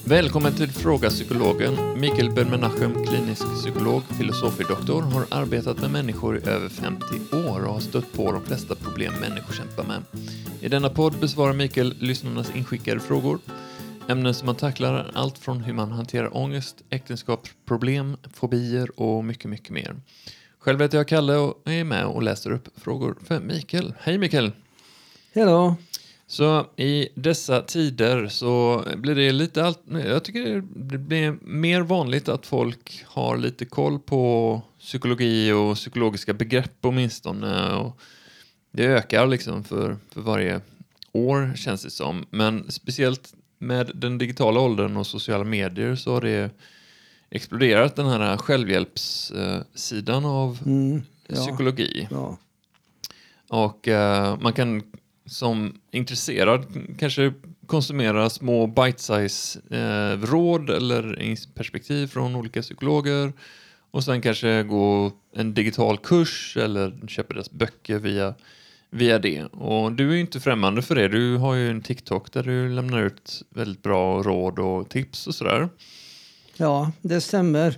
Välkommen till Fråga Psykologen. Mikael Ben-Menachem, klinisk psykolog, filosofidoktor, har arbetat med människor i över 50 år och har stött på de flesta problem människor kämpar med. I denna podd besvarar Mikael lyssnarnas inskickade frågor. Ämnen som man tacklar är allt från hur man hanterar ångest, äktenskapsproblem, fobier och mycket, mycket mer. Själv heter jag Kalle och är med och läser upp frågor för Mikael. Hej Mikael! Hello. Så i dessa tider så blir det lite jag tycker det blir mer vanligt att folk har lite koll på psykologi och psykologiska begrepp åtminstone. Och det ökar liksom för varje år känns det som. Men speciellt med den digitala åldern och sociala medier så har det exploderat, den här självhjälpssidan av psykologi. Ja. Och man kan som intresserad kanske konsumera små bite-size råd eller perspektiv från olika psykologer och sen kanske gå en digital kurs eller köpa deras böcker via det. Och du är ju inte främmande för det. Du har ju en TikTok där du lämnar ut väldigt bra råd och tips och sådär. Ja, det stämmer.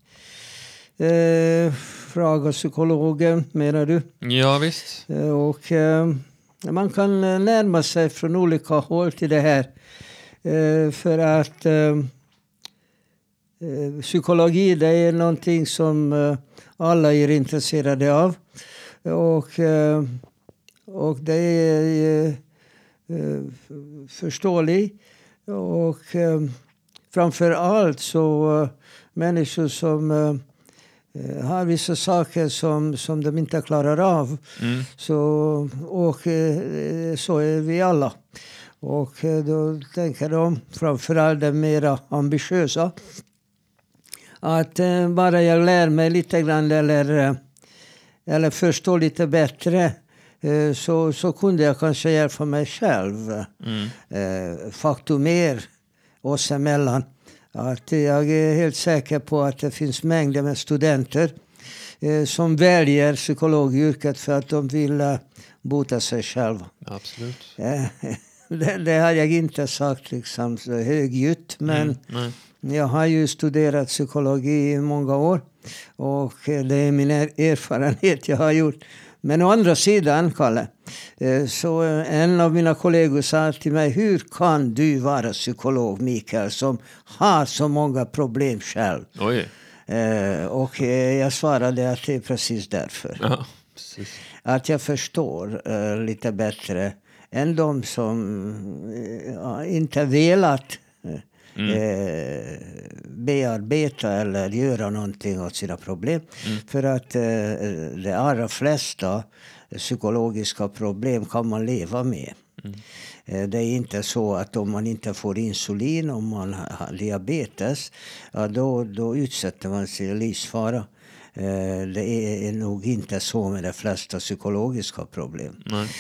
Fråga psykologen, menar du? Ja, visst. Och man kan närma sig från olika håll till det här. För att psykologi, det är någonting som alla är intresserade av. Och det är förståeligt. Och framför allt så människor som har vissa saker som de inte klarar av. Och så är vi alla. Och då tänker de, framförallt de mera ambitiösa, att bara jag lär mig lite grann eller förstår lite bättre så kunde jag kanske hjälpa mig själv. Faktum är oss emellan att jag är helt säker på att det finns mängder med studenter som väljer psykologyrket för att de vill bota sig själva. Absolut. Det har jag inte sagt liksom så högljutt, men jag har ju studerat psykologi i många år och det är min erfarenhet jag har gjort. Men å andra sidan, Kalle, så en av mina kollegor sa till mig: hur kan du vara psykolog, Mikael, som har så många problem själv? Oj. Och jag svarade att det är precis därför. Ja, precis. Att jag förstår lite bättre än de som inte velat bearbeta eller göra någonting åt sina problem. För att de allra flesta psykologiska problem kan man leva med. Det är inte så att om man inte får insulin, om man har diabetes, ja, då utsätter man sig i livsfara. Det är nog inte så med de flesta psykologiska problem.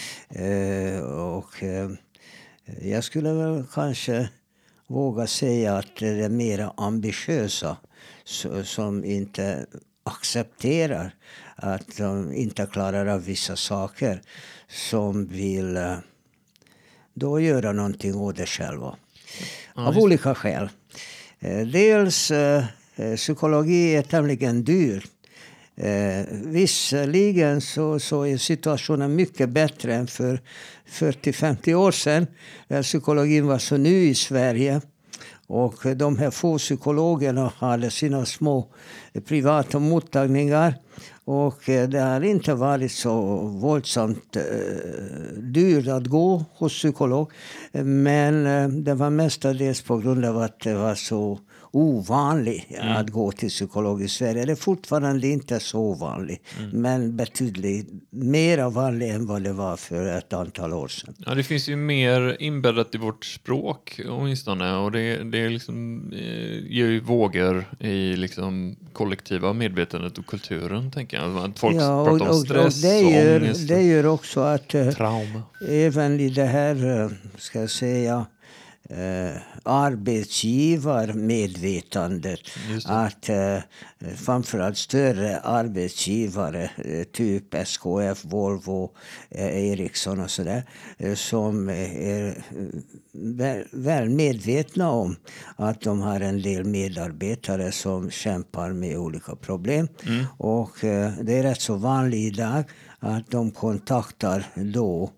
Och jag skulle väl kanske våga säga att det är mer ambitiösa som inte accepterar att de inte klarar av vissa saker, som vill då göra någonting åt det själva. Av olika skäl. Dels psykologi är tämligen dyr. Visserligen så är situationen mycket bättre än för 40-50 år sedan. Psykologin var så ny i Sverige. Och de här få psykologerna hade sina små privata mottagningar. Och det har inte varit så våldsamt dyrt att gå hos psykolog. Men det var mestadels på grund av att det var så ovanligt att gå till psykolog i Sverige. Det är fortfarande inte så vanligt, men betydligt mer vanligt än vad det var för ett antal år sedan. Ja, det finns ju mer inbäddat i vårt språk åtminstone, och det liksom ger ju vågor i liksom kollektiva medvetandet och kulturen, tänker jag. Att folk pratar om stress och ångest. Det gör också att trauma. Även i det här, ska jag säga, arbetsgivarmedvetandet. Att framförallt större arbetsgivare, typ SKF, Volvo, Ericsson och sådär, som är väl medvetna om att de har en del medarbetare som kämpar med olika problem. Och det är rätt så vanligt idag att de kontaktar då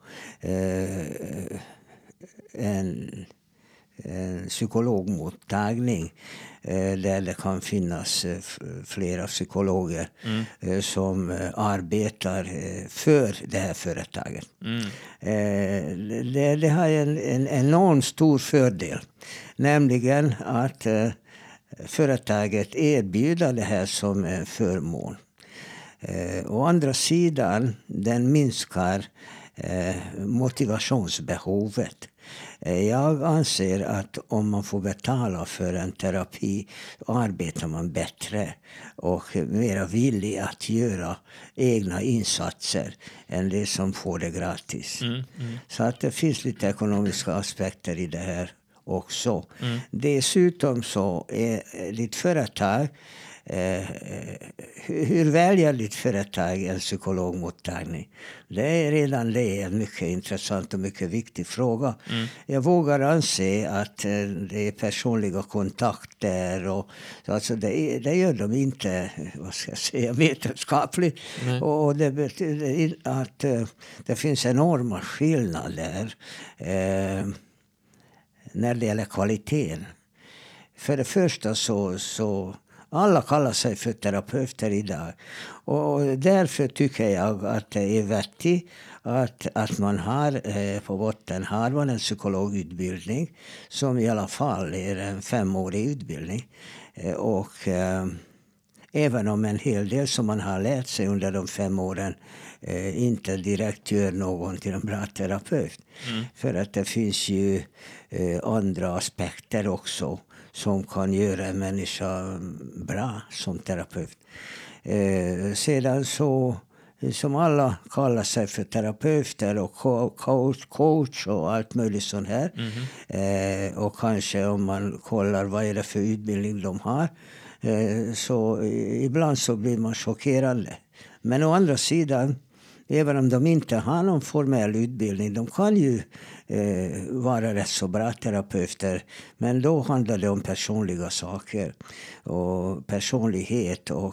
en psykologmottagning där det kan finnas flera psykologer som arbetar för det här företaget. Det har en enormt stor fördel, nämligen att företaget erbjuder det här som en förmån. Å andra sidan, den minskar motivationsbehovet. Jag anser att om man får betala för en terapi arbetar man bättre och mer villig att göra egna insatser än det som får det gratis. Så att det finns lite ekonomiska aspekter i det här också. Dessutom så är ditt företag hur väljer ditt företag en psykologmottagning? Det är redan det en mycket intressant och mycket viktig fråga. Jag vågar anse att det är personliga kontakter och alltså det gör de inte, vad ska jag säga, vetenskapligt. Och det betyder att det finns enorma skillnader när det gäller kvaliteten. För det första så alla kallar sig för terapeuter idag. Och därför tycker jag att det är vettigt att man har på botten har man en psykologutbildning som i alla fall är en 5-årig utbildning. Och även om en hel del som man har lärt sig under de 5 åren inte direkt gör någon till en bra terapeut. För att det finns ju andra aspekter också som kan göra en människa bra som terapeut. Sedan så, som alla kallar sig för terapeuter och coach och allt möjligt sånt här. Och kanske om man kollar vad är det för utbildning de har, så ibland så blir man chockerad. Men å andra sidan, även om de inte har någon formell utbildning, de kan ju vara rätt så bra terapeuter. Men då handlar det om personliga saker och personlighet och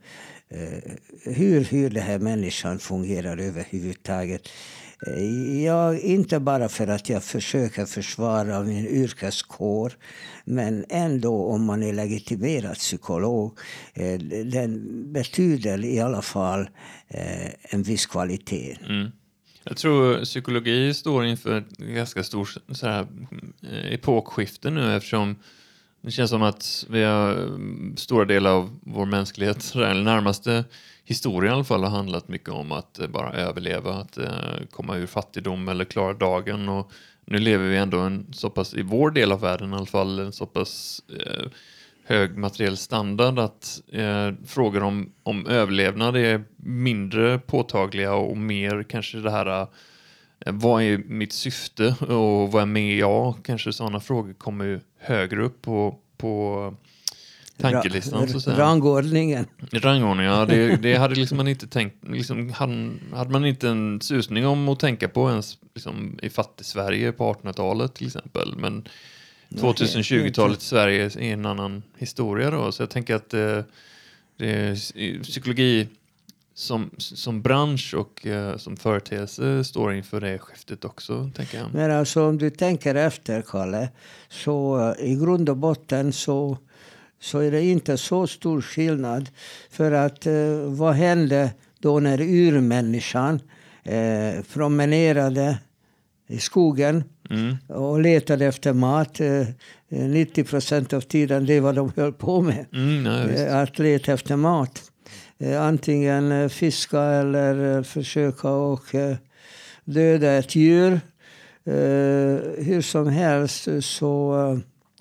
hur det här människan fungerar överhuvudtaget. Inte bara för att jag försöker försvara min yrkeskår, men ändå om man är legitimerad psykolog, den betyder i alla fall en viss kvalitet. Jag tror psykologi står inför ett ganska stort så här, epokskifte nu, eftersom det känns som att vi har stora delar av vår mänsklighet, eller närmaste historien i alla fall, har handlat mycket om att bara överleva, att komma ur fattigdom eller klara dagen. Och nu lever vi ändå en så pass, i vår del av världen i alla fall, en så pass hög materiell standard att frågor om överlevnad är mindre påtagliga och mer kanske det här vad är mitt syfte och vad är med jag? Kanske sådana frågor kommer ju högre upp på tankelistan, så att säga. Rangordningen, ja. Det hade liksom man inte tänkt, liksom hade man inte en susning om att tänka på ens liksom, i fattig-Sverige på 1800-talet till exempel. Men 2020-talet i Sverige är en annan historia då. Så jag tänker att det är psykologi som bransch och som företeelse står inför det skiftet också, tänker jag. Men alltså om du tänker efter, Kalle, så i grund och botten så är det inte så stor skillnad. För att vad hände då när urmänniskan promenerade i skogen och letade efter mat? 90% av tiden det var de höll på med. Att leta efter mat. Antingen fiska eller försöka och döda ett djur. Hur som helst så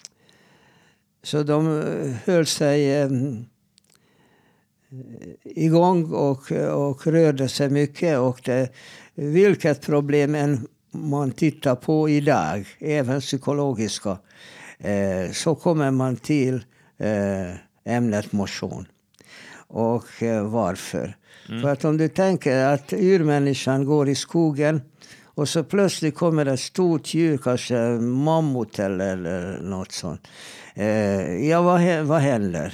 de höll sig igång och rörde sig mycket. Och vilket problem man tittar på idag, även psykologiska, så kommer man till ämnet motion. Och varför? För att om du tänker att urmänniskan går i skogen och så plötsligt kommer ett stort djur, kanske mammut eller något sånt. Vad händer?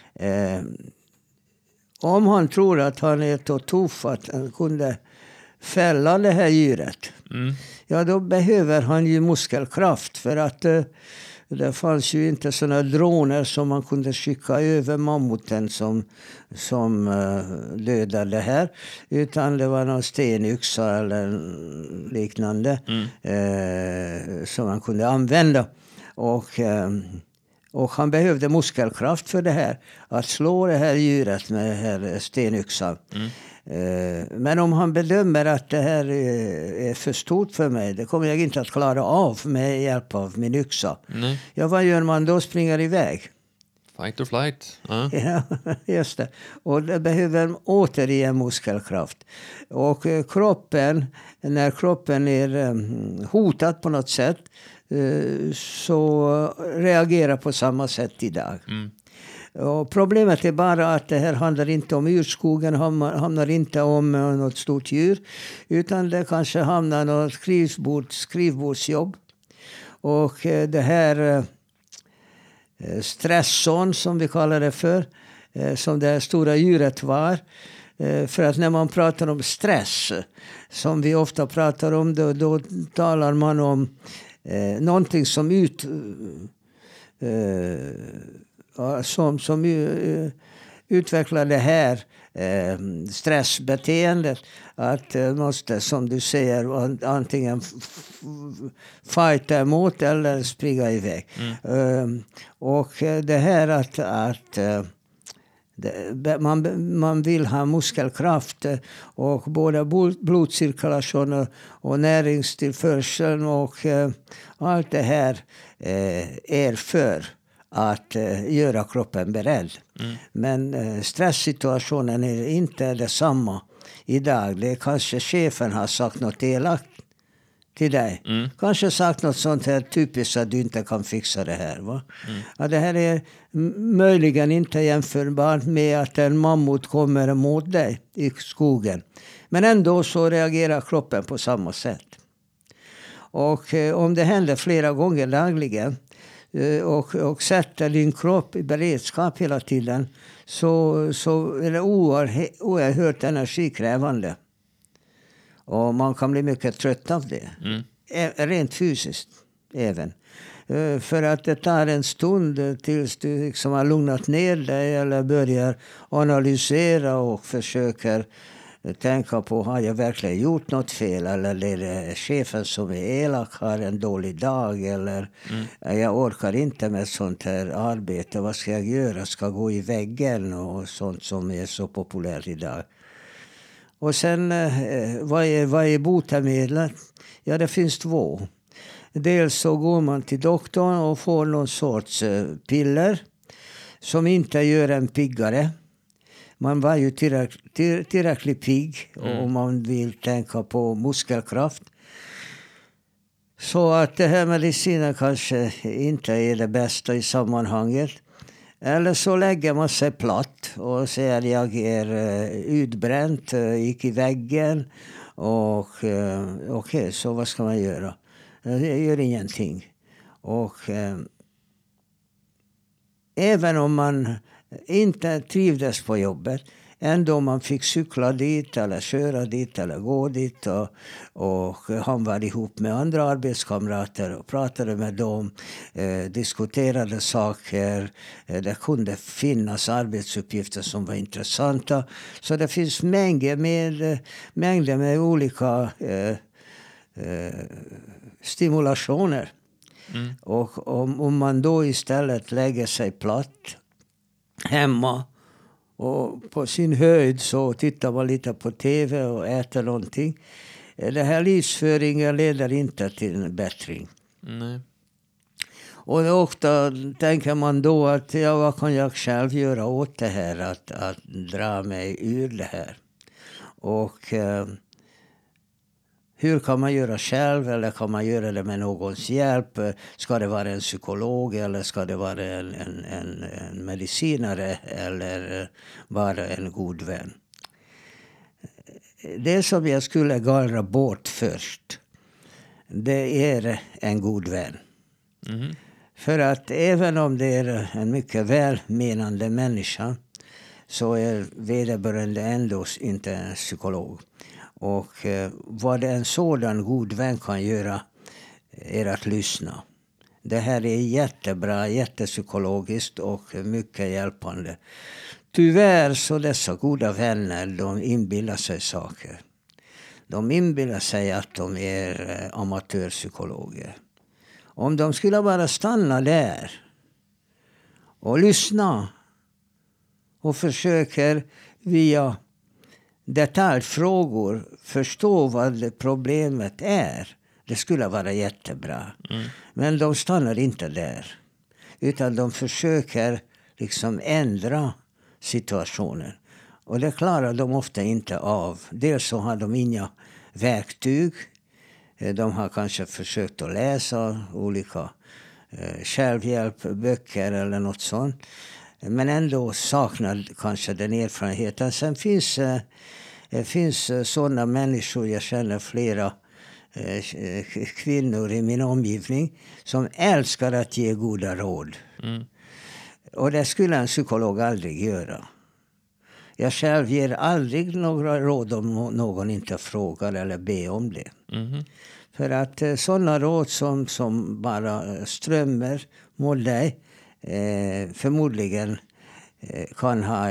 Om han tror att han är så tuff att han kunde fälla det här djuret. Ja, då behöver han ju muskelkraft. För att det fanns ju inte såna droner som man kunde skicka över mammuten som dödade det här. Utan det var någon stenyxa eller liknande som man kunde använda. Och han behövde muskelkraft för det här. Att slå det här djuret med det här stenyxan. Men om han bedömer att det här är för stort för mig, det kommer jag inte att klara av med hjälp av min yxa. Ja, vad gör man då? Springer iväg. Fight or flight. Ja, just det. Och det behöver återigen muskelkraft. Och kroppen, när kroppen är hotad på något sätt, så reagerar på samma sätt idag. Och problemet är bara att det här handlar inte om urskogen, hamnar inte om något stort djur, utan det kanske hamnar något skrivbordsjobb. Och det här stresson som vi kallar det för, som det stora djuret var. För att när man pratar om stress, som vi ofta pratar om, då talar man om någonting som utvecklar det här stressbeteendet. Att måste, som du säger, antingen fighta emot eller springa iväg. Och det här att man vill ha muskelkraft och både blodcirkulation och näringstillförseln och allt det här är för att göra kroppen beredd. Men stresssituationen är inte detsamma idag. Det är kanske chefen har sagt något elakt till dig. Kanske sagt något sånt här typiskt att du inte kan fixa det här. Va? Ja, det här är möjligen inte jämförbart med att en mammut kommer emot dig i skogen. Men ändå så reagerar kroppen på samma sätt. Och om det händer flera gånger dagligen och sätter din kropp i beredskap hela tiden, så är det oerhört energikrävande. Och man kan bli mycket trött av det. Rent fysiskt även. För att det tar en stund tills du liksom har lugnat ner dig eller börjar analysera och försöker tänka på, har jag verkligen gjort något fel? Eller är det chefen som är elak, har en dålig dag? Eller jag orkar inte med sånt här arbete. Vad ska jag göra? Ska gå i väggen och sånt som är så populärt idag. Och sen, vad är botemedlet? Ja, det finns två. Dels så går man till doktorn och får någon sorts piller som inte gör en piggare. Man var ju tillräckligt pigg om man vill tänka på muskelkraft. Så att det här medicinen kanske inte är det bästa i sammanhanget. Eller så lägger man sig platt och säger jag är utbränt, gick i väggen. Och okej, så vad ska man göra? Jag gör ingenting. Och även om man inte trivdes på jobbet, ändå man fick cykla dit eller köra dit eller gå dit och han var ihop med andra arbetskamrater och pratade med dem, diskuterade saker. Det kunde finnas arbetsuppgifter som var intressanta. Så det finns mängder med olika stimulationer. Och om man då istället lägger sig platt hemma och på sin höjd så tittar man lite på tv och äter någonting. Det här livsföringen leder inte till en bättring. Nej. Och ofta tänker man då att vad kan jag själv göra åt det här, att dra mig ur det här. Och Hur kan man göra själv eller kan man göra det med någons hjälp? Ska det vara en psykolog eller ska det vara en medicinare eller bara en god vän? Det som jag skulle gallra bort först, det är en god vän. Mm. För att även om det är en mycket välmenande människa så är vederbörande ändå inte en psykolog. Och vad en sådan god vän kan göra är att lyssna. Det här är jättebra, jättepsykologiskt och mycket hjälpande. Tyvärr så dessa goda vänner, de inbillar sig saker. De inbillar sig att de är amatörpsykologer. Om de skulle bara stanna där och lyssna och försöker via detaljfrågor förstå vad problemet är. Det skulle vara jättebra. Mm. Men de stannar inte där. Utan de försöker liksom ändra situationen. Och det klarar de ofta inte av. Dels så har de inga verktyg. De har kanske försökt att läsa olika självhjälpböcker eller något sånt. Men ändå saknar kanske den erfarenheten. Sen finns sådana människor, jag känner flera kvinnor i min omgivning som älskar att ge goda råd. Mm. Och det skulle en psykolog aldrig göra. Jag själv ger aldrig några råd om någon inte frågar eller ber om det. Mm. För att sådana råd som bara strömmar mot dig förmodligen kan ha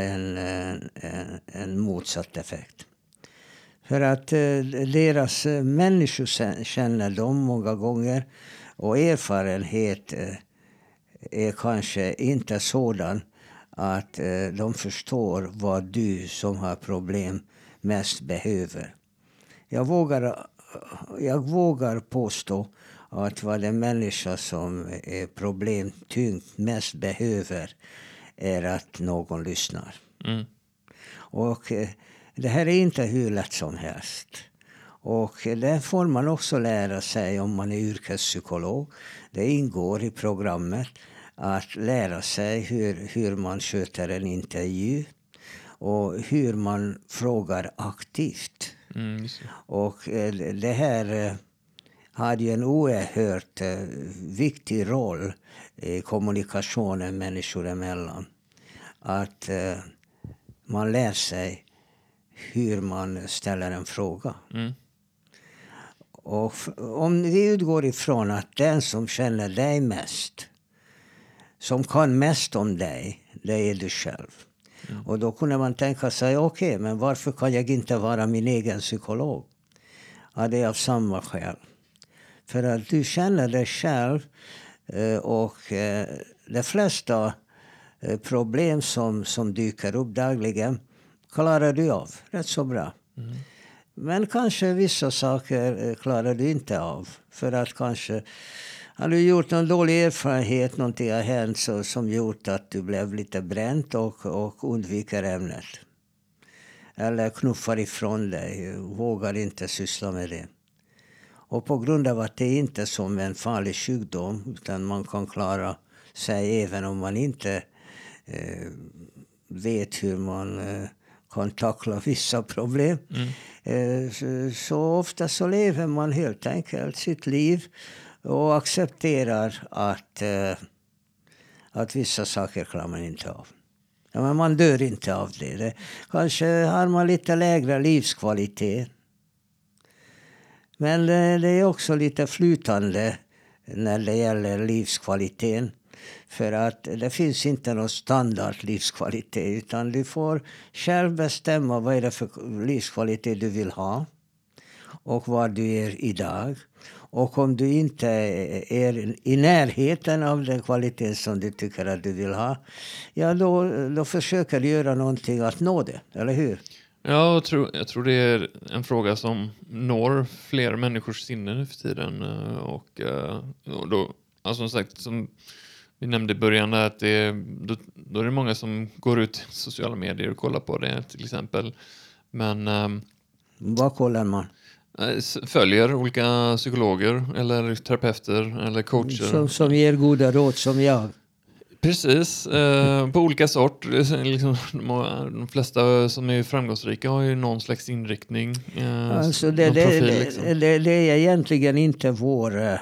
en motsatt effekt. För att deras människor känner dem många gånger och erfarenhet är kanske inte sådan att de förstår vad du som har problem mest behöver. Jag vågar påstå att vad en människa som är problemtyngt mest behöver är att någon lyssnar. Mm. Och det här är inte hur lätt som helst. Och det får man också lära sig om man är yrkespsykolog. Det ingår i programmet att lära sig hur man sköter en intervju. Och hur man frågar aktivt. Mm, och det här har ju en oerhört viktig roll i kommunikationen människor emellan. Att man lär sig hur man ställer en fråga. Mm. Och om vi utgår ifrån att den som känner dig mest, som kan mest om dig, det är du själv. Mm. Och då kunde man tänka sig, okej, men varför kan jag inte vara min egen psykolog? Ja, det är av samma skäl. För att du känner dig själv och de flesta problem som dyker upp dagligen klarar du av rätt så bra. Mm. Men kanske vissa saker klarar du inte av. För att kanske har du gjort någon dålig erfarenhet, någonting har hänt som gjort att du blev lite bränt och undviker ämnet. Eller knuffar ifrån dig, vågar inte syssla med det. Och på grund av att det inte är som en farlig sjukdom, utan man kan klara sig även om man inte vet hur man kan tackla vissa problem. Mm. Så ofta så lever man helt enkelt sitt liv och accepterar att vissa saker klarar man inte av. Ja, men man dör inte av det. Kanske har man lite lägre livskvalitet. Men det är också lite flytande när det gäller livskvaliteten. För att det finns inte någon standard livskvalitet. Utan du får själv bestämma vad är det för livskvalitet du vill ha. Och var du är idag. Och om du inte är i närheten av den kvalitet som du tycker att du vill ha. Ja, då försöker du göra någonting att nå det. Eller hur? Ja, jag tror det är en fråga som når fler människors sinne nu för tiden. Och då, alltså som sagt, som vi nämnde i början, att då är det många som går ut i sociala medier och kollar på det till exempel. Men vad kollar man? följer olika psykologer eller terapeuter eller coacher. Som ger goda råd som jag. Precis, på olika sort. Liksom, de flesta som är framgångsrika har ju någon slags inriktning. Alltså det är egentligen inte vår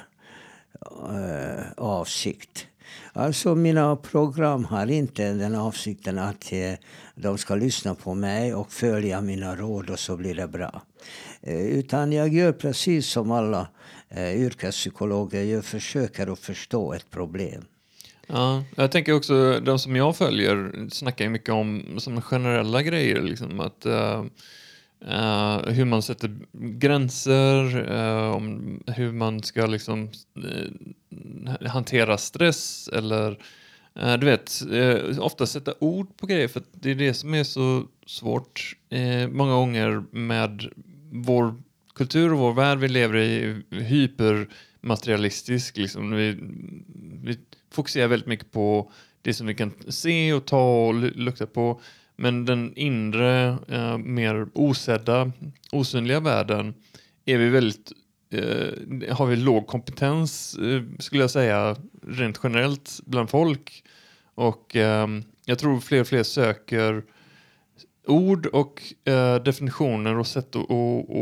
avsikt. Alltså mina program har inte den avsikten att de ska lyssna på mig och följa mina råd och så blir det bra. Utan jag gör precis som alla yrkespsykologer. Jag försöker att förstå ett problem. Ja, jag tänker också, de som jag följer snackar ju mycket om som generella grejer. Liksom, att hur man sätter gränser, om hur man ska liksom, hantera stress eller du vet, ofta sätta ord på grejer, för att det är det som är så svårt många gånger med vår kultur och vår värld vi lever i, hypermaterialistisk. Liksom. Vi fokuserar väldigt mycket på det som vi kan se och ta och lukta på. Men den inre, mer osedda, osynliga världen är vi väldigt, har vi låg kompetens, skulle jag säga, rent generellt bland folk. Och jag tror fler och fler söker ord och definitioner och sätt att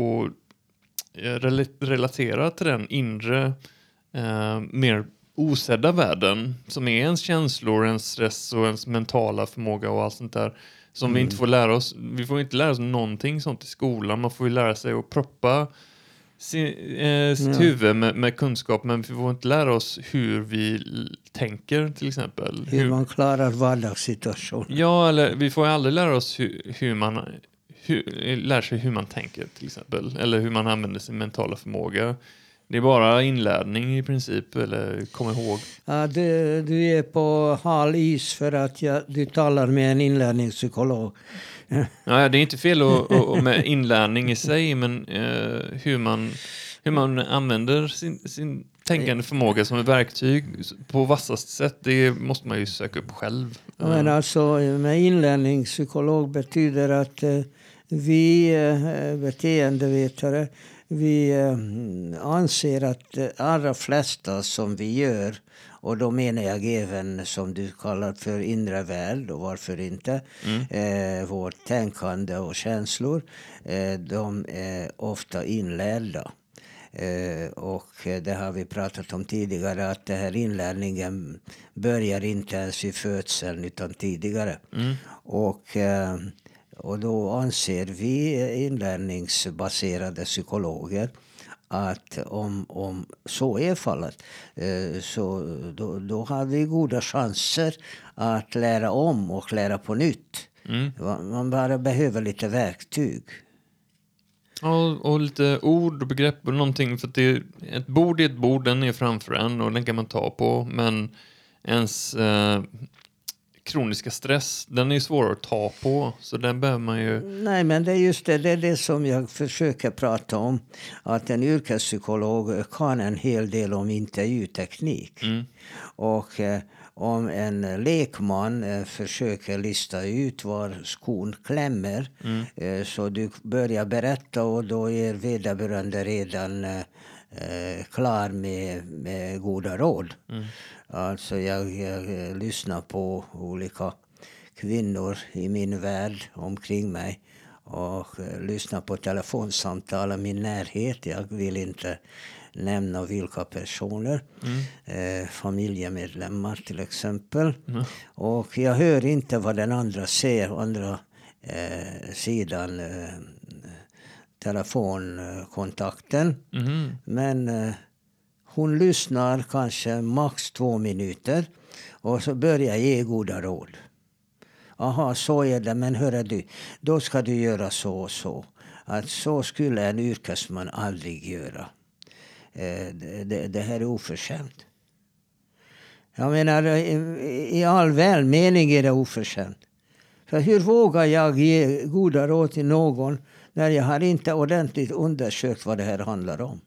relatera till den inre, mer osedda världen som är ens känslor, ens stress och ens mentala förmåga och allt sånt där som vi inte får lära oss. Vi får inte lära oss någonting sånt i skolan. Man får ju lära sig att proppa sitt huvud med kunskap, men vi får inte lära oss hur vi tänker till exempel. Hur man klarar vardagssituationer. Ja, eller vi får aldrig lära oss hur man lär sig hur man tänker till exempel, eller hur man använder sin mentala förmåga. Det är bara inlärning i princip, eller kom ihåg. Ja, du är på hal is för att du talar med en inlärningspsykolog. Ja, det är inte fel med inlärning i sig, men hur man använder sin tänkande förmåga som ett verktyg på vassast sätt, det måste man ju söka upp själv. Men alltså, med inlärningspsykolog betyder att vi beteendevetare, vi anser att allra flesta som vi gör, och då menar jag även som du kallar för inre värld, och varför inte, vårt tänkande och känslor, de är ofta inlärda. Och det har vi pratat om tidigare, att det här inlärningen börjar inte ens i födseln utan tidigare. Och då anser vi inlärningsbaserade psykologer att om så är fallet, så då har vi goda chanser att lära om och lära på nytt. Man bara behöver lite verktyg. Ja, och lite ord och begrepp och någonting, för att ett bord är ett bord, den är framför en och den kan man ta på, men ens kroniska stress, den är svårare att ta på, så den behöver man ju... Nej, men det är just det är det som jag försöker prata om, att en yrkespsykolog kan en hel del om intervjuteknik. Och om en lekman försöker lista ut var skon klämmer, så du börjar berätta och då är vederbörande redan klar med goda råd. Alltså jag lyssnar på olika kvinnor i min värld omkring mig och lyssnar på telefonsamtal i min närhet. Jag vill inte nämna vilka personer, familjemedlemmar till exempel. Och jag hör inte vad den andra säger, andra sidan telefonkontakten. Men hon lyssnar kanske max 2 minuter och så börjar ge goda råd. Aha, så är det, men hör du, då ska du göra så och så. Att så skulle en yrkesman aldrig göra. Det här är oförskämt. Jag menar, i all välmening är det oförskämt. För hur vågar jag ge goda råd till någon när jag har inte ordentligt undersökt vad det här handlar om?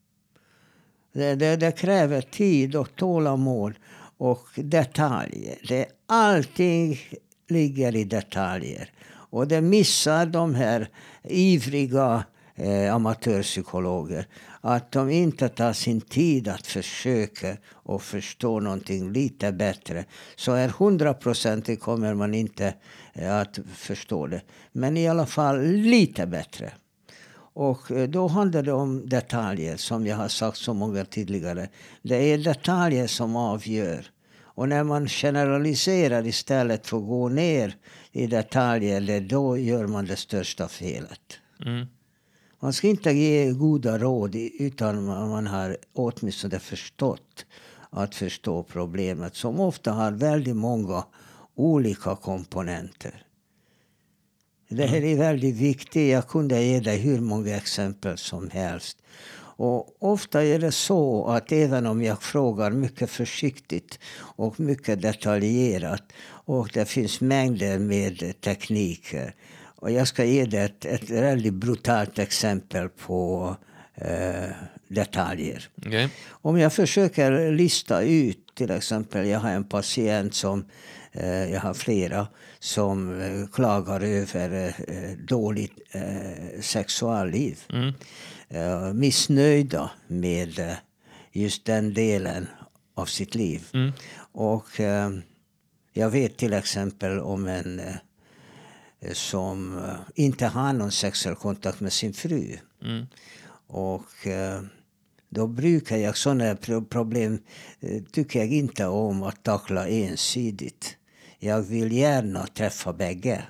Det kräver tid och tålamod och detaljer. Allting ligger i detaljer. Och det missar de här ivriga amatörpsykologer, att de inte tar sin tid att försöka och förstå någonting lite bättre, så är 100% kommer man inte att förstå det. Men i alla fall lite bättre. Och då handlar det om detaljer, som jag har sagt så många tidigare. Det är detaljer som avgör. Och när man generaliserar istället för att gå ner i detaljer, då gör man det största felet. Mm. Man ska inte ge goda råd utan man har åtminstone förstå problemet, som ofta har väldigt många olika komponenter. Det här är väldigt viktigt. Jag kunde ge dig hur många exempel som helst. Och ofta är det så att även om jag frågar mycket försiktigt och mycket detaljerat, och det finns mängder med tekniker. Och jag ska ge dig ett väldigt brutalt exempel på detaljer. Okay. Om jag försöker lista ut, till exempel, jag har en patient som, jag har flera, som klagar över dåligt sexualliv. Missnöjda med just den delen av sitt liv. Och jag vet till exempel om en som inte har någon sexuell kontakt med sin fru. Och då brukar jag, sådana problem tycker jag inte om att tackla ensidigt. Jag vill gärna träffa bägge.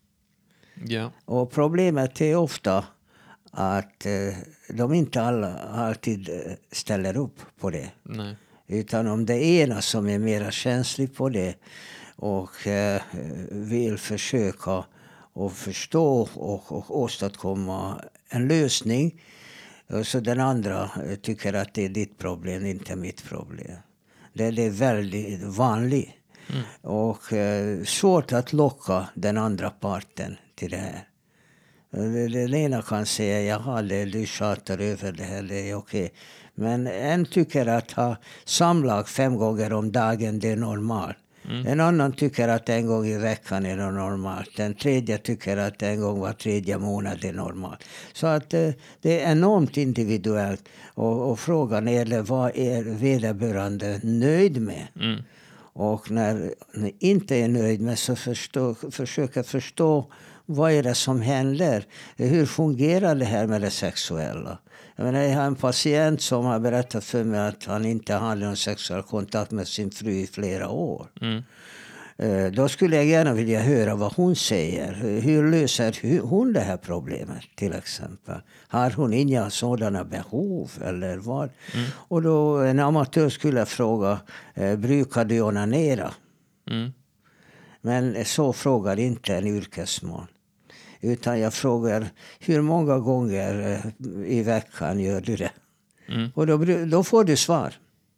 Ja. Och problemet är ofta att de inte alltid ställer upp på det. Nej. Utan om det är ena som är mer känslig på det och vill försöka och förstå och åstadkomma en lösning, så den andra tycker att det är ditt problem, inte mitt problem. Det är väldigt vanligt. Och svårt att locka den andra parten till det här. Den ena kan säga, jaha, du tjatar över det här, det är okej. Men en tycker att ha samlag 5 gånger om dagen, det är normalt. En annan tycker att 1 gång i veckan är det normalt. En tredje tycker att 1 gång var 3:e månad är normalt. Så att det är enormt individuellt. Och frågan är, vad är vederbörande nöjd med? Och när inte är nöjd med, så försöka förstå, vad är det som händer? Hur fungerar det här med det sexuella? Jag menar, jag har en patient som har berättat för mig att han inte hade någon sexuell kontakt med sin fru i flera år. Då skulle jag gärna vilja höra vad hon säger. Hur löser hon det här problemet, till exempel? Har hon inga sådana behov eller vad? Och då en amatör skulle fråga, brukar du onanera? Men så frågar inte en yrkesman. Utan jag frågar, hur många gånger i veckan gör du det? Och då får du svar.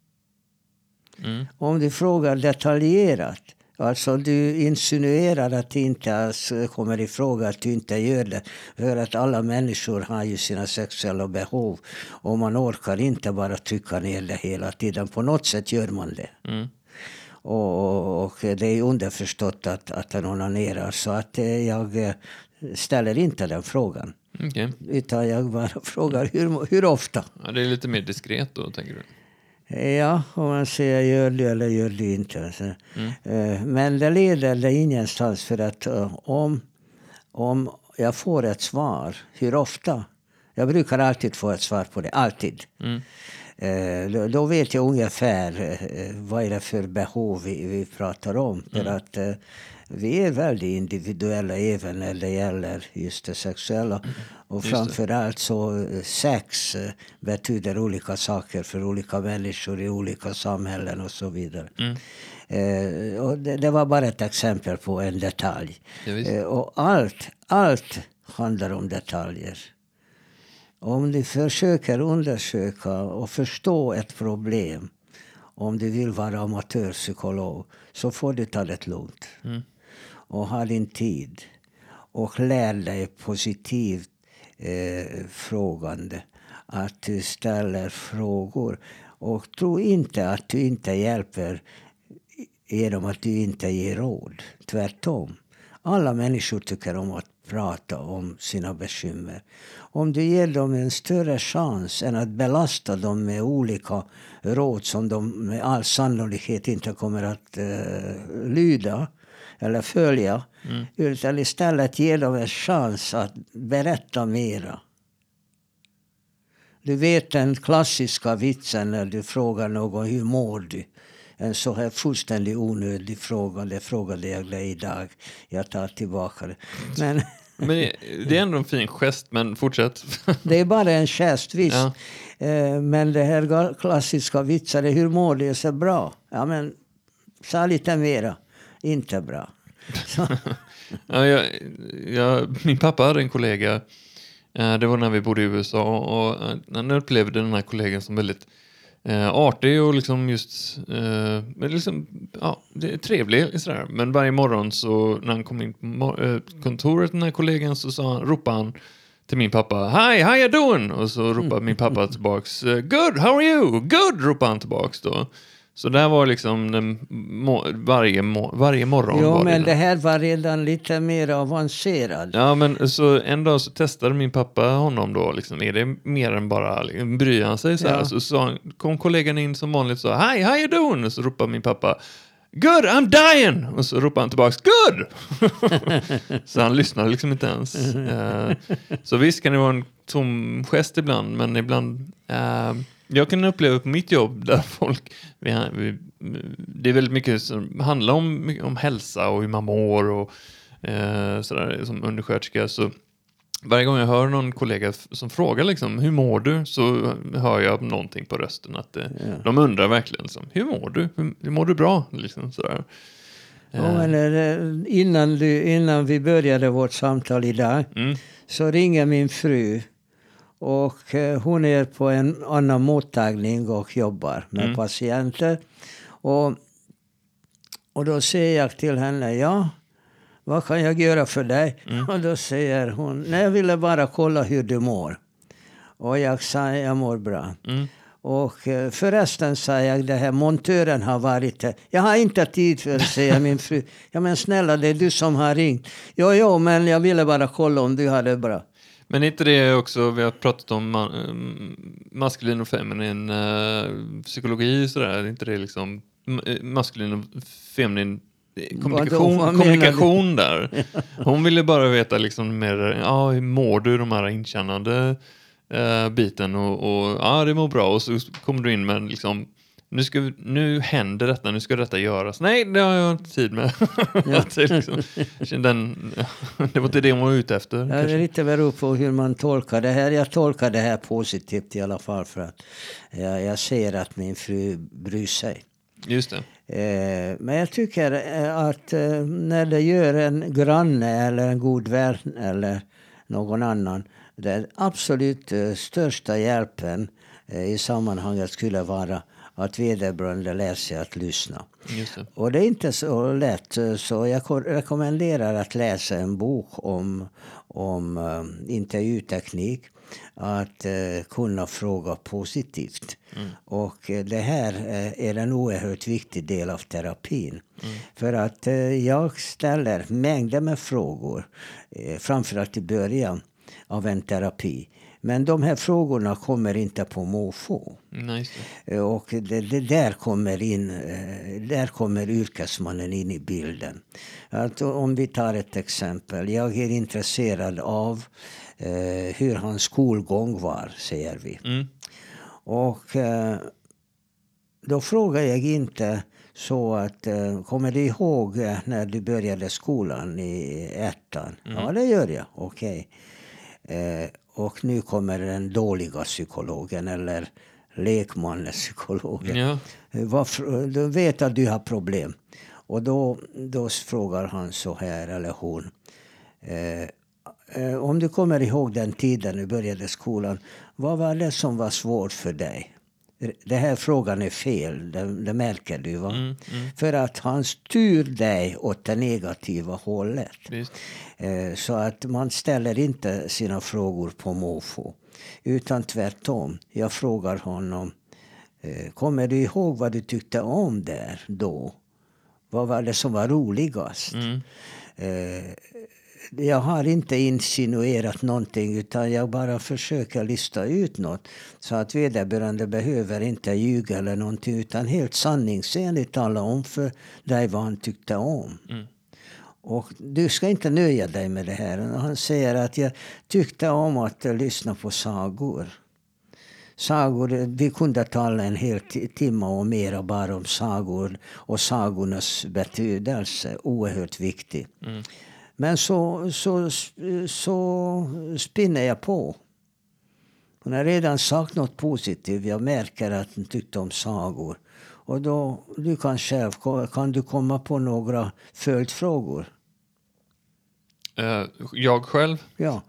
Om du frågar detaljerat, alltså du insinuerar att det inte alls kommer ifråga att du inte gör det. För att alla människor har ju sina sexuella behov. Och man orkar inte bara trycka ner det hela tiden. På något sätt gör man det. Och det är underförstått att den onanerar. Så att jag ställer inte den frågan. Okay. Utan jag bara frågar hur ofta. Ja, det är lite mer diskret då, tänker du? Ja, om man säger gör du eller gör du inte. Så. Men det leder det ingenstans, för att om jag får ett svar, hur ofta? Jag brukar alltid få ett svar på det, alltid. Då vet jag ungefär vad är det för behov vi pratar om. För att vi är väldigt individuella även när det gäller just det sexuella. Och framförallt så sex betyder olika saker för olika människor i olika samhällen och så vidare. Och det var bara ett exempel på en detalj. Och allt handlar om detaljer. Om du försöker undersöka och förstå ett problem, om du vill vara amatörpsykolog, så får du ta det lugnt. Och ha din tid. Och lär dig positivt frågande. Att du ställer frågor. Och tro inte att du inte hjälper genom att du inte ger råd. Tvärtom. Alla människor tycker om att prata om sina bekymmer. Om du ger dem en större chans än att belasta dem med olika råd som de med all sannolikhet inte kommer att lyda eller följa. Utan istället ger dem en chans att berätta mera. Du vet den klassiska vitsen när du frågar någon hur mår du? En så här fullständigt onödig fråga. Det frågade jag dig idag. Jag tar tillbaka det. Men det är ändå en fin gest, men fortsätt. Det är bara en gest, visst. Ja. Men det här klassiska vitsen är hur mår du? Så bra. Ja, men sa lite mera. Inte bra. Ja, min pappa hade en kollega. Det var när vi bodde i USA, och han upplevde den här kollegan som väldigt artig och liksom just liksom, ja, det är trevlig sådär. Men varje morgon så när han kom in på kontoret, den här kollegan, så ropade han till min pappa: "Hi, how you doing?" Och så ropade min pappa tillbaks: "Good, how are you?" "Good", ropade han tillbaks då. Så det var liksom varje morgon. Jo, var men det här var redan lite mer avancerat. Ja, men så en dag så testade min pappa honom då. Liksom, är det mer än bara liksom, bryr han sig så här? Ja. Så kom kollegan in som vanligt och sa: "Hi, how you doing?" Och så ropade min pappa: "Good, I'm dying!" Och så ropade han tillbaks: "Good!" Så han lyssnade liksom inte ens. Så visst kan det vara en tom gest ibland, men ibland... jag kan uppleva på mitt jobb där folk... det är väldigt mycket som handlar om hälsa och hur man mår och sådär som undersköterska. Så varje gång jag hör någon kollega som frågar liksom, hur mår du? Så hör jag någonting på rösten att de undrar verkligen liksom, hur mår du? Hur mår du bra? Liksom sådär. Ja, men innan vi började vårt samtal idag så ringer min fru. Och hon är på en annan mottagning och jobbar med patienter. Och då säger jag till henne: "Ja, vad kan jag göra för dig?" Och då säger hon: "Nej, jag ville bara kolla hur du mår." Och jag sa: "Jag mår bra." Och förresten sa jag, det här montören har varit här. "Jag har inte tid för att säga min fru." "Ja, men snälla, det är du som har ringt." Jo, men jag ville bara kolla om du hade det bra." Men inte det också, vi har pratat om maskulin och feminin psykologi sådär, är inte det liksom maskulin och feminin kommunikation där? Hon ville bara veta liksom mer, hur mår du, de här inkännande biten och det mår bra, och så kommer du in med liksom, nu händer detta, nu ska detta göras. Nej, det har jag inte tid med. Det var inte det hon var ute efter. Ja, det lite beror på hur man tolkar det här. Jag tolkar det här positivt i alla fall, för att jag ser att min fru bryr sig. Just det. Men jag tycker att när det gör en granne eller en god vän eller någon annan, den absolut största hjälpen i sammanhanget skulle vara att vederbörande lär sig att lyssna. Just det. Och det är inte så lätt, så jag rekommenderar att läsa en bok om intervjuteknik, att kunna fråga positivt. Och det här är en oerhört viktig del av terapin. För att jag ställer mängder med frågor, framförallt i början av en terapi. Men de här frågorna kommer inte på måfå. Nice. Och det där kommer yrkesmannen in i bilden. Att om vi tar ett exempel. Jag är intresserad av hur hans skolgång var, säger vi. Och då frågar jag inte så att kommer du ihåg när du började skolan i 1:an? Ja, det gör jag. Okej. Och nu kommer den dåliga psykologen eller lekmannspsykologen. Ja. Du vet att du har problem. Och då frågar han så här, eller hon. Om du kommer ihåg den tiden du började skolan, vad var det som var svårt för dig? Det här frågan är fel, det märker du, va? För att han styr dig åt det negativa hållet. Visst. Så att man ställer inte sina frågor på måfå. Utan tvärtom. Jag frågar honom, kommer du ihåg vad du tyckte om där då? Vad var det som var roligast? jag har inte insinuerat någonting, utan jag bara försöker lista ut något. Så att vederbörande behöver inte ljuga eller någonting, utan helt sanningsenligt tala om för dig vad han tyckte om. Och du ska inte nöja dig med det här. Han säger att jag tyckte om att lyssna på sagor. Vi kunde tala en hel timme och mera bara om sagor och sagornas betydelse. Oerhört viktig. Men så spinner jag på. Hon har redan sagt något positivt. Jag märker att hon tyckte om sagor. Och då kan du komma på några följdfrågor? Jag själv? Ja.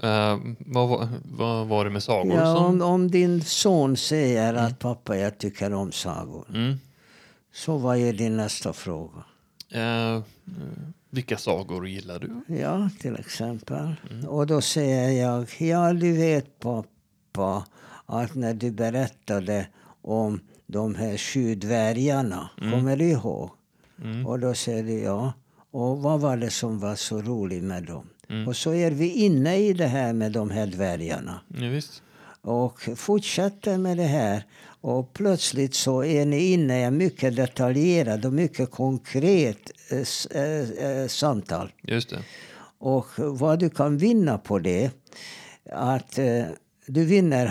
Vad var det med sagor? Ja, om din son säger att pappa, jag tycker om sagor. Så vad är din nästa fråga? Vilka sagor gillar du? Ja, till exempel. Och då säger jag, ja du vet pappa, att när du berättade om de här 7 dvärgarna, kommer du ihåg? Och då säger du ja. Och vad var det som var så roligt med dem? Och så är vi inne i det här med de här dvärgarna. Ja, visst. Och fortsätter med det här. Och plötsligt så är ni inne i en mycket detaljerad och mycket konkret samtal. Just det. Och vad du kan vinna på det, att du vinner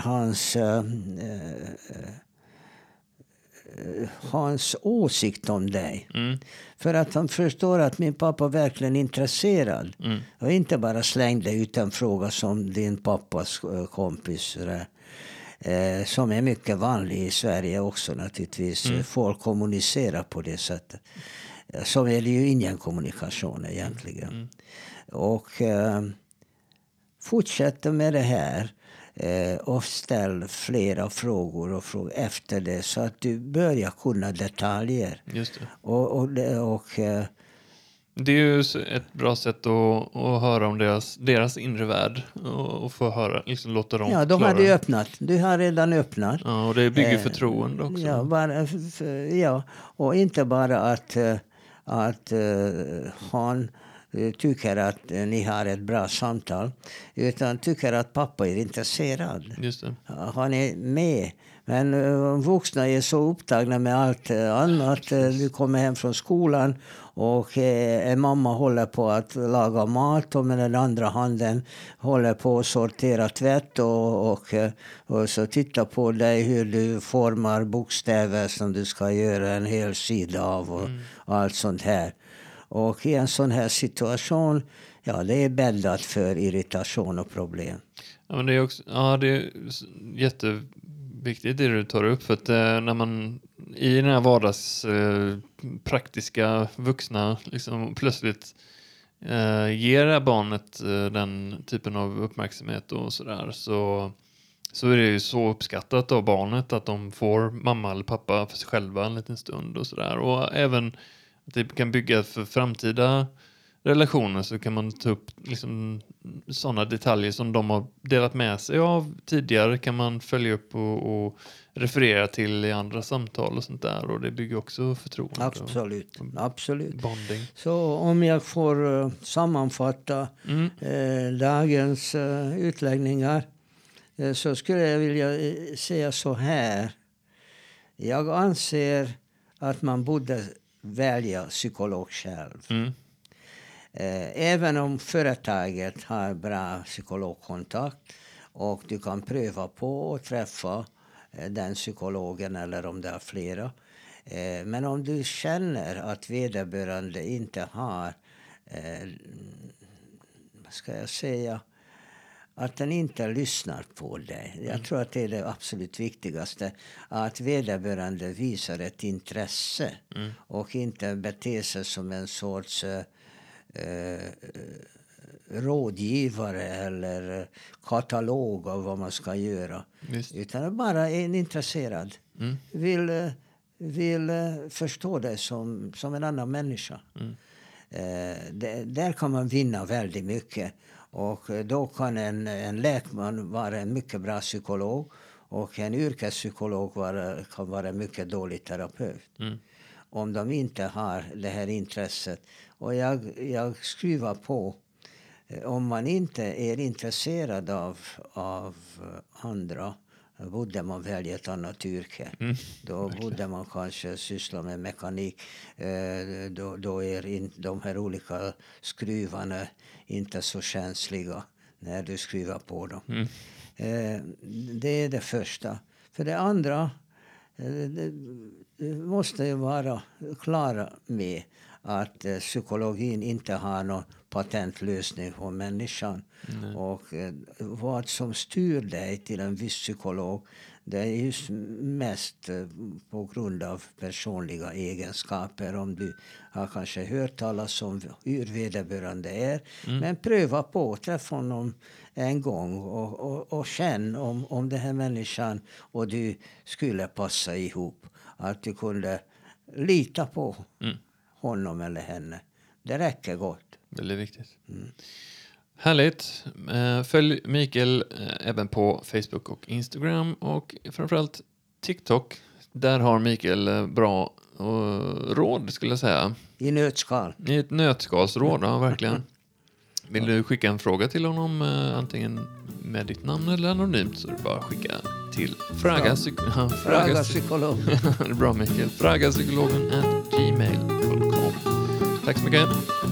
hans åsikt om dig. För att han förstår att min pappa verkligen är intresserad. Och inte bara slängde ut en fråga som din pappas kompis. Som är mycket vanlig i Sverige också naturligtvis. Folk kommunicerar på det sättet. Som är det ju ingen kommunikation egentligen. Och fortsätter med det här. Och ställ flera frågor efter det. Så att du börjar kunna detaljer. Just det. Och det är ju ett bra sätt att höra om deras inre värld. Och få höra, liksom låta dem ja, de har du öppnat. Du har redan öppnat. Ja, och det bygger förtroende också. Ja, och inte bara att han tycker att ni har ett bra samtal, utan tycker att pappa är intresserad. Just det. Han är med. Men vuxna är så upptagna med allt annat. Du kommer hem från skolan och mamma håller på att laga mat och med den andra handen håller på att sortera tvätt och så titta på dig hur du formar bokstäver som du ska göra en hel sida av och allt sånt här. Och i en sån här situation, ja, det är bäddat för irritation och problem. Ja, men det är också, det är jätteviktigt det du tar upp. För att när man i den här vardags praktiska vuxna liksom plötsligt ger det här barnet den typen av uppmärksamhet och sådär, så är det ju så uppskattat av barnet att de får mamma eller pappa för sig själva en liten stund och sådär. Och även att det kan bygga för framtida relationer, så kan man ta upp liksom sådana detaljer som de har delat med sig av tidigare, kan man följa upp och referera till i andra samtal och sånt där, och det bygger också förtroende. Absolut. Bonding. Så om jag får sammanfatta dagens utläggningar, så skulle jag vilja säga så här. Jag anser att man borde välja psykolog själv. Även om företaget har bra psykologkontakt och du kan pröva på att träffa den psykologen eller om det är flera. Men om du känner att vederbörande inte har, vad ska jag säga, att den inte lyssnar på dig. Jag tror att det är det absolut viktigaste. Att vederbörande visar ett intresse och inte beter sig som en sorts rådgivare eller katalog av vad man ska göra. Visst. Utan bara är intresserad. Vill förstå dig som en annan människa. Där kan man vinna väldigt mycket. Och då kan en läkman vara en mycket bra psykolog. Och en yrkespsykolog kan vara en mycket dålig terapeut. Om de inte har det här intresset. Och jag skruvar på om man inte är intresserad av andra, borde man välja ett annat yrke. Då borde man kanske syssla med mekanik. Då är de här olika skruvarna inte så känsliga när du skruvar på dem. Det är det första. För det andra, det måste ju vara klara med att psykologin inte har någon patentlösning på människan. Och vad som styr dig till en viss psykolog, det är just mest på grund av personliga egenskaper. Om du har kanske hört talas om hur vederbörande är. Men pröva på, träffa honom en gång och känn om den här människan och du skulle passa ihop. Att du kunde lita på honom eller henne. Det räcker gott. Väldigt viktigt. Härligt. Följ Mikael även på Facebook och Instagram och framförallt TikTok. Där har Mikael bra råd, skulle jag säga. I nötskal. I ett nötskalsråd, ja, verkligen. Vill du skicka en fråga till honom, antingen med ditt namn eller anonymt, så är det bara att skicka till Fraga psykolog. Bra, Mikael. Fragapsykologen@gmail.com. Tack så mycket.